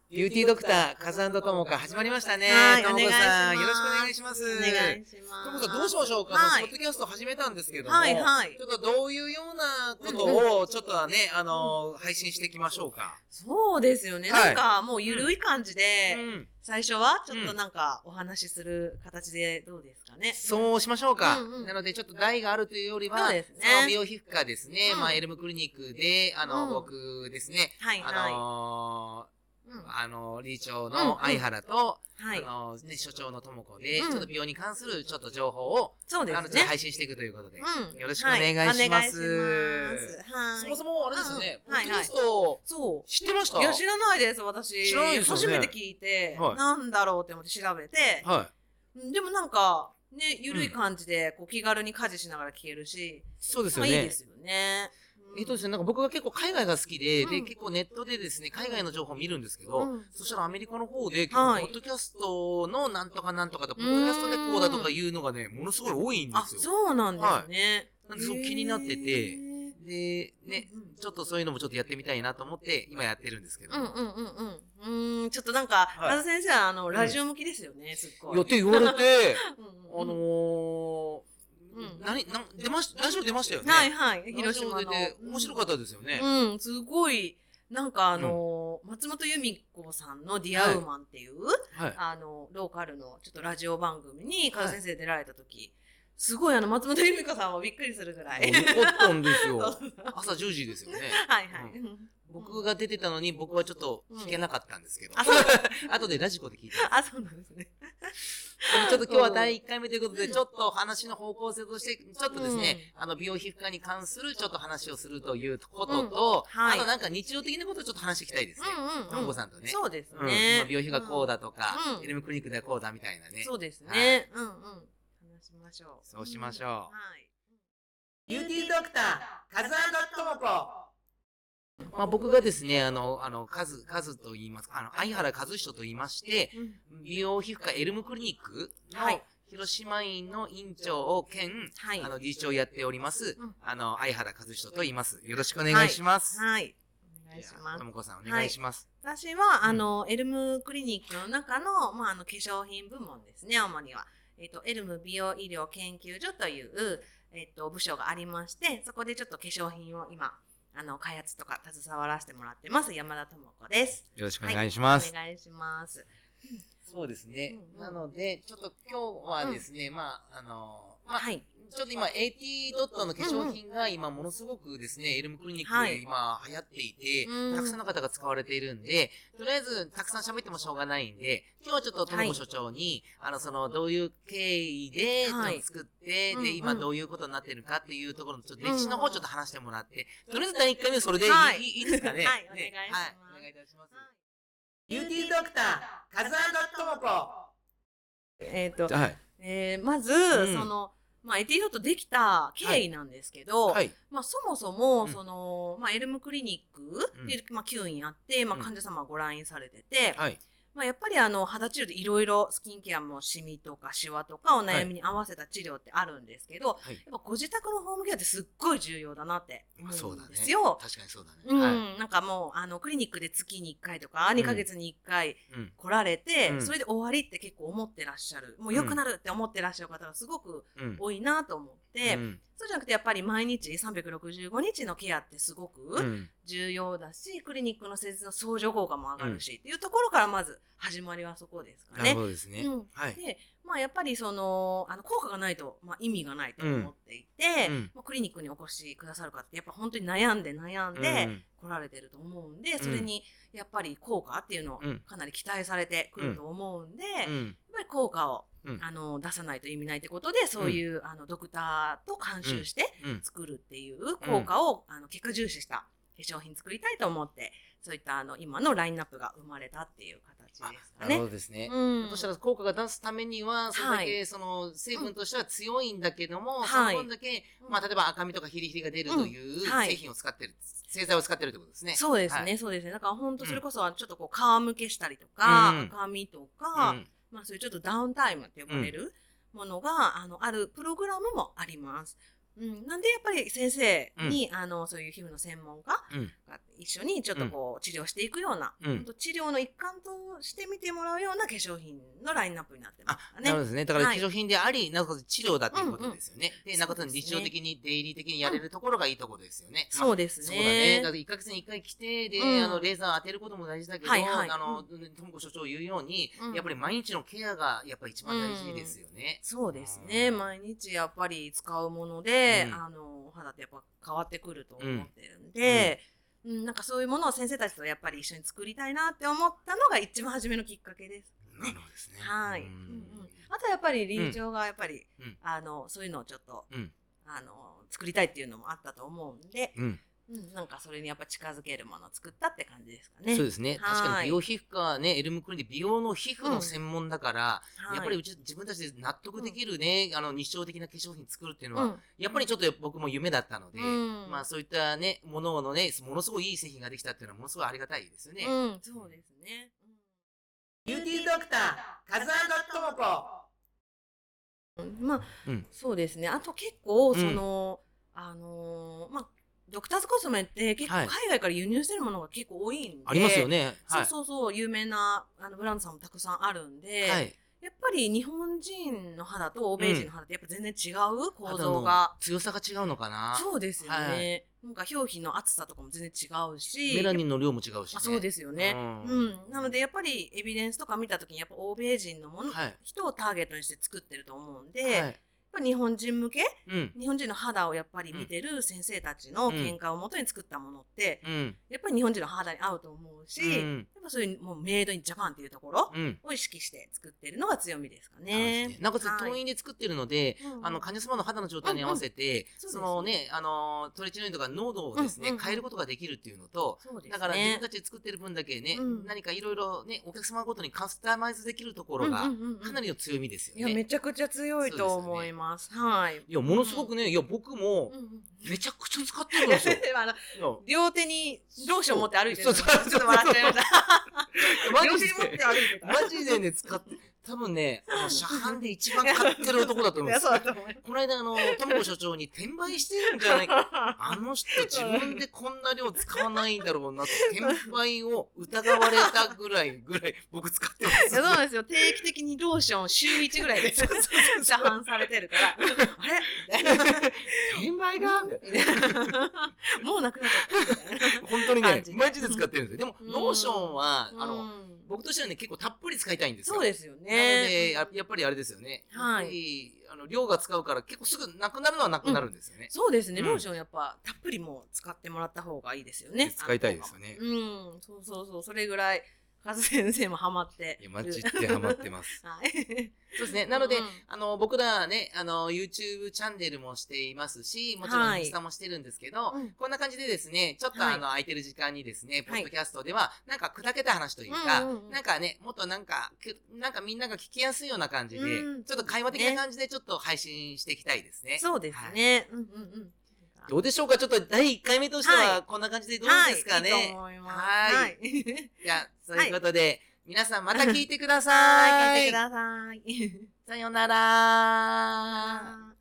ビューティードクター、カズ&トモカ始まりましたね。 はい、 トモコお願いしさん、 ます。 よろしくお願いします。 お願いします。 トモコさん、どうしましょうか、 はいポッドキャスト始めたんですけども、 はいはい。 ちょっとどういうようなことを、ちょっとはね、配信していきましょうか。 そうですよね。 はいなんか、もうゆるい感じで、 うん最初はちょっとなんかお話しする形でどうですかね。 そうしましょうか。 うんうんなので、ちょっと代があるというよりは、 そうですねその美容皮膚科ですね、 うんエルムクリニックで、 うん僕ですね、 はいはい。 理事長の相原と、 はい。 所長のともこで、 うんちょっと美容に関するちょっと情報を、 そうですちょっとね。 配信していくということで、 うん。 よろしくお願いします。 はいお願いします。はい。 そもそもあれですよね、 うんポッドキャスト、 そう。 知ってましたいや、知らないです、私。 知らないですよね初めて聞いて、 はいなんだろうって思って調べて、 はでもなんか、ね、ゆるい感じで、こう気軽に家事しながら聞けるし、 い。そうですよねまあいいで。すよね。 ですね、なんか僕が結構海外が好きで、で、 うん結構ネットでですね、海外の情報を見るんですけど、 うんそしたらアメリカの方で、結構はいポッドキャストのなんとかなんとかと、ポッドキャストでこうだとかいうのがね、ものすごい多いんであ、 すよ。 そうなんですね。 なんでそう気になっててへーで、ねうんうん、 ちょっとそういうのもちょっとやってみたいなと思って、今やってるんですけど。 うんうんうんうん。ちょっとなんか、 はい和田先生はラジオ向きですよね、すっごい。 いやって言われて、 うんうんラジオ出ましたよね。 はいはい、広島の。 ラジオ出て面白かったですよね。 うん、すごい、なんか松本由美子さんのディアウーマンっていう、 はい。 ローカルのちょっとラジオ番組に、和田先生出られた時、すごい松本由美子さんはびっくりするぐらい。 よかったんですよそう。 朝10時ですよね。 はいはい。 僕が出てたのに僕はちょっと聞けなかったんですけど。 あ、そう後でラジコで聞いて。 あ、そうなんですね。 でもちょっと今日は第1回目ということで、ちょっと話の方向性として、ちょっとですね、美容皮膚科に関するちょっと話をするということと、 はいあとなんか日常的なことをちょっと話していきたいですね。ともこさんとね。 そうですうんね。 美容皮膚科こうだとか、 うんエルムクリニックではこうだみたいなね。 そうですね。うんうん。話しましょう。 そうしましょう。 はい。 ビューティードクター、カズともこ。僕がですね、カズと言いますか、相原和人と言いまして、美容皮膚科エルムクリニックのはい広島院の院長兼、 はい理事長をやっております、 うん相原和人と言います。よろしくお願いします。 はい。お願いしますと。もこさんお願いします。 私は、エルムクリニックの中の、化粧品部門ですね、主には。エルム美容医療研究所という、部署がありまして、そこでちょっと化粧品を今、開発とか携わらせてもらってます、山田智子です。 よろしくお願いします。 お願いします。 そうですね。 うんなので、ちょっと今日はですね、 はい。 ちょっと今、AT ドットの化粧品が今ものすごくですね、エルムクリニックはいで今流行っていて、 うんたくさんの方が使われているんで、とりあえずたくさん喋ってもしょうがないんで、今日はちょっとともこ所長に、どういう経緯で、 はい作って、で、 うんうん今どういうことになってるかっていうところのちょっと歴史の方ちょっと話してもらって、とりあえず第1回目それではいいいですかね。 はいねお願いしますはい、お願いいたします。ビューティードクター、カズともこ。はい。 まず、 んエティドットできた経緯なんですけど、 はい。 そもそも、 うんエルムクリニックで、9院あって、患者様がご来院されてて、 はい。 やっぱり肌治療でいろいろスキンケアもシミとかシワとかお悩みに合わせた治療ってあるんですけど、 はい。 やっぱご自宅のホームケアってすっごい重要だなって思うんそうだね。 ですよ。 確かにそうだね。 うん、 はい。 なんかもうクリニックで月に1回とか2ヶ月に1回うん。 来られて、 うんそれで終わりって結構思ってらっしゃる、もう良くなるって思ってらっしゃる方がすごくうん。 多いなと思って、 うん。 そうじゃなくてやっぱり毎日365日のケアってすごうくん。 重要だし、クリニックの施術の相乗効果も上がるし、っていうところからまず始まりはそこですかねなるほ。どですね。 うんはい。 で、やっぱり効果がないと、意味がないと思っていて、クリニックにお越しくださる方ってやっぱ本当に悩んで来られてると思うんで、それにやっぱり効果っていうのをかなり期待されてくると思うんで、やっぱり効果を出さないと意味ないってことで、そういうドクターと監修して作るっていう効果を結果重視した化粧品作りたいと思って、そういった今のラインナップが生まれたっていう形ですかね。 なるほどですね。 うんそしたら効果が出すためには、それだけその成分としては強いんだけども、 はいその分だけ、例えば赤みとかヒリヒリが出るというはい製品を使ってる、製剤を使ってるってことですね。 そうですね、 はいそうですね。だから本当それこそちょっとこう皮むけしたりとか、 うん赤みとか、 うんそういうちょっとダウンタイムって呼ばれるものが、あるプログラムもあります。なんでやっぱり先生に、そういう皮膚の専門家うんが一緒にちょっとこう治療していくような、本当治療の一環として見てもらうような化粧品のラインナップになってますかね。 なるほどですね。だから化粧品であり、なおかつ治療だっていうことですよね。で、なおかつ日常的に、デイリー的にやれるところがいいところですよね。 そうですね。 そうだね。だって1ヶ月に1回来て、で、レーザー当てることも大事だけど、ともこ所長言うように、やっぱり毎日のケアがやっぱり一番大事ですよね。 そうですね。毎日やっぱり使うもので、お肌ってやっぱ変わってくると思ってるんで、なんかそういうものを先生たちとやっぱり一緒に作りたいなって思ったのが一番初めのきっかけです。 なるほどですね。 はい。あとやっぱり理事長がやっぱり、そういうのをちょっと、作りたいっていうのもあったと思うんで、なんかそれにやっぱ近づけるものを作ったって感じですかね。 そうですね。確かに美容皮膚科ね、エルムクリニック美容の皮膚の専門だから、やっぱり自分たちで納得できるね、日常的な化粧品作るっていうのは、やっぱりちょっと僕も夢だったので、まあそういったね、もののね、ものすごいいい製品ができたっていうのはものすごいありがたいですよね。 そうですね。 ビューティードクター、カズともこ。 まあ、そうですね。あと結構、その、まあ、ドクターズコスメって結構海外から輸入してるものが結構多いんで、 ありますよね。 そう有名なブランドさんもたくさんあるんで、やっぱり日本人の肌と欧米人の肌ってやっぱ全然違う構造が、 強さが違うのかな。 そうですよね。なんか表皮の厚さとかも全然違うし、 メラニンの量も違うし、 そうですよね。なのでやっぱりエビデンスとか見たときにやっぱ欧米人の人をターゲットにして作ってると思うんで、やっぱ日本人向け、日本人の肌をやっぱり見てる先生たちの見解をもとに作ったものって、やっぱり日本人の肌に合うと思うし、やっぱそういうもうメイドインジャパンっていうところを意識して作ってるのが強みですかね。 なんか当院で作ってるので、患者様の肌の状態に合わせて、そのね、トレチノインとか濃度をですね、変えることができるっていうのと、だから自分たちで作ってる分だけね、何かいろいろね、お客様ごとにカスタマイズできるところが、かなりの強みですよね。 いや、めちゃくちゃ強いと思います。はい。 いや、ものすごくね、いや、僕も、めちゃくちゃ使ってるんですよ。 両手にローション持って歩いてる。ちょっと笑っちゃいました。両手に持って歩いてた。 マジでね、使って、多分ね、車販で一番買ってる男だと思います。この間、ともこ所長に転売してるんじゃないか。あの人自分でこんな量使わないんだろうなと、転売を疑われたぐらい僕使ってます。 そうなんですよ。定期的にローション週1ぐらいで車販されてるから、あれ転売がもうなくなっちゃった。 本当にね、マジで使ってるんですよ。でも、ローションは、僕としてはね、結構たっぷり使いたいんですよ。 そうですよね。 なので、やっぱりあれですよね。はい。量が使うから結構すぐなくなるのはなくなるんですよね。 そうですね。ローションやっぱたっぷりも使ってもらった方がいいですよね。 使いたいですよね。 そう。それぐらい、カズ先生もハマって。 マジでハマってます。はい。そうですね。なので、僕らはね、YouTube チャンネルもしていますし、もちろんインスタもしてるんですけど、こんな感じでですね、ちょっと空いてる時間にですね、ポッドキャストでは、なんか砕けた話というか、なんかね、もっとなんかみんなが聞きやすいような感じで、ちょっと会話的な感じでちょっと配信していきたいですね。 そうですね。 どうでしょうか。ちょっと第1回目としてはこんな感じでどうですかね。 いいと思います。 はい。じゃあ、そういうことで、皆さんまた聞いてください。 聞いてください。 さようなら。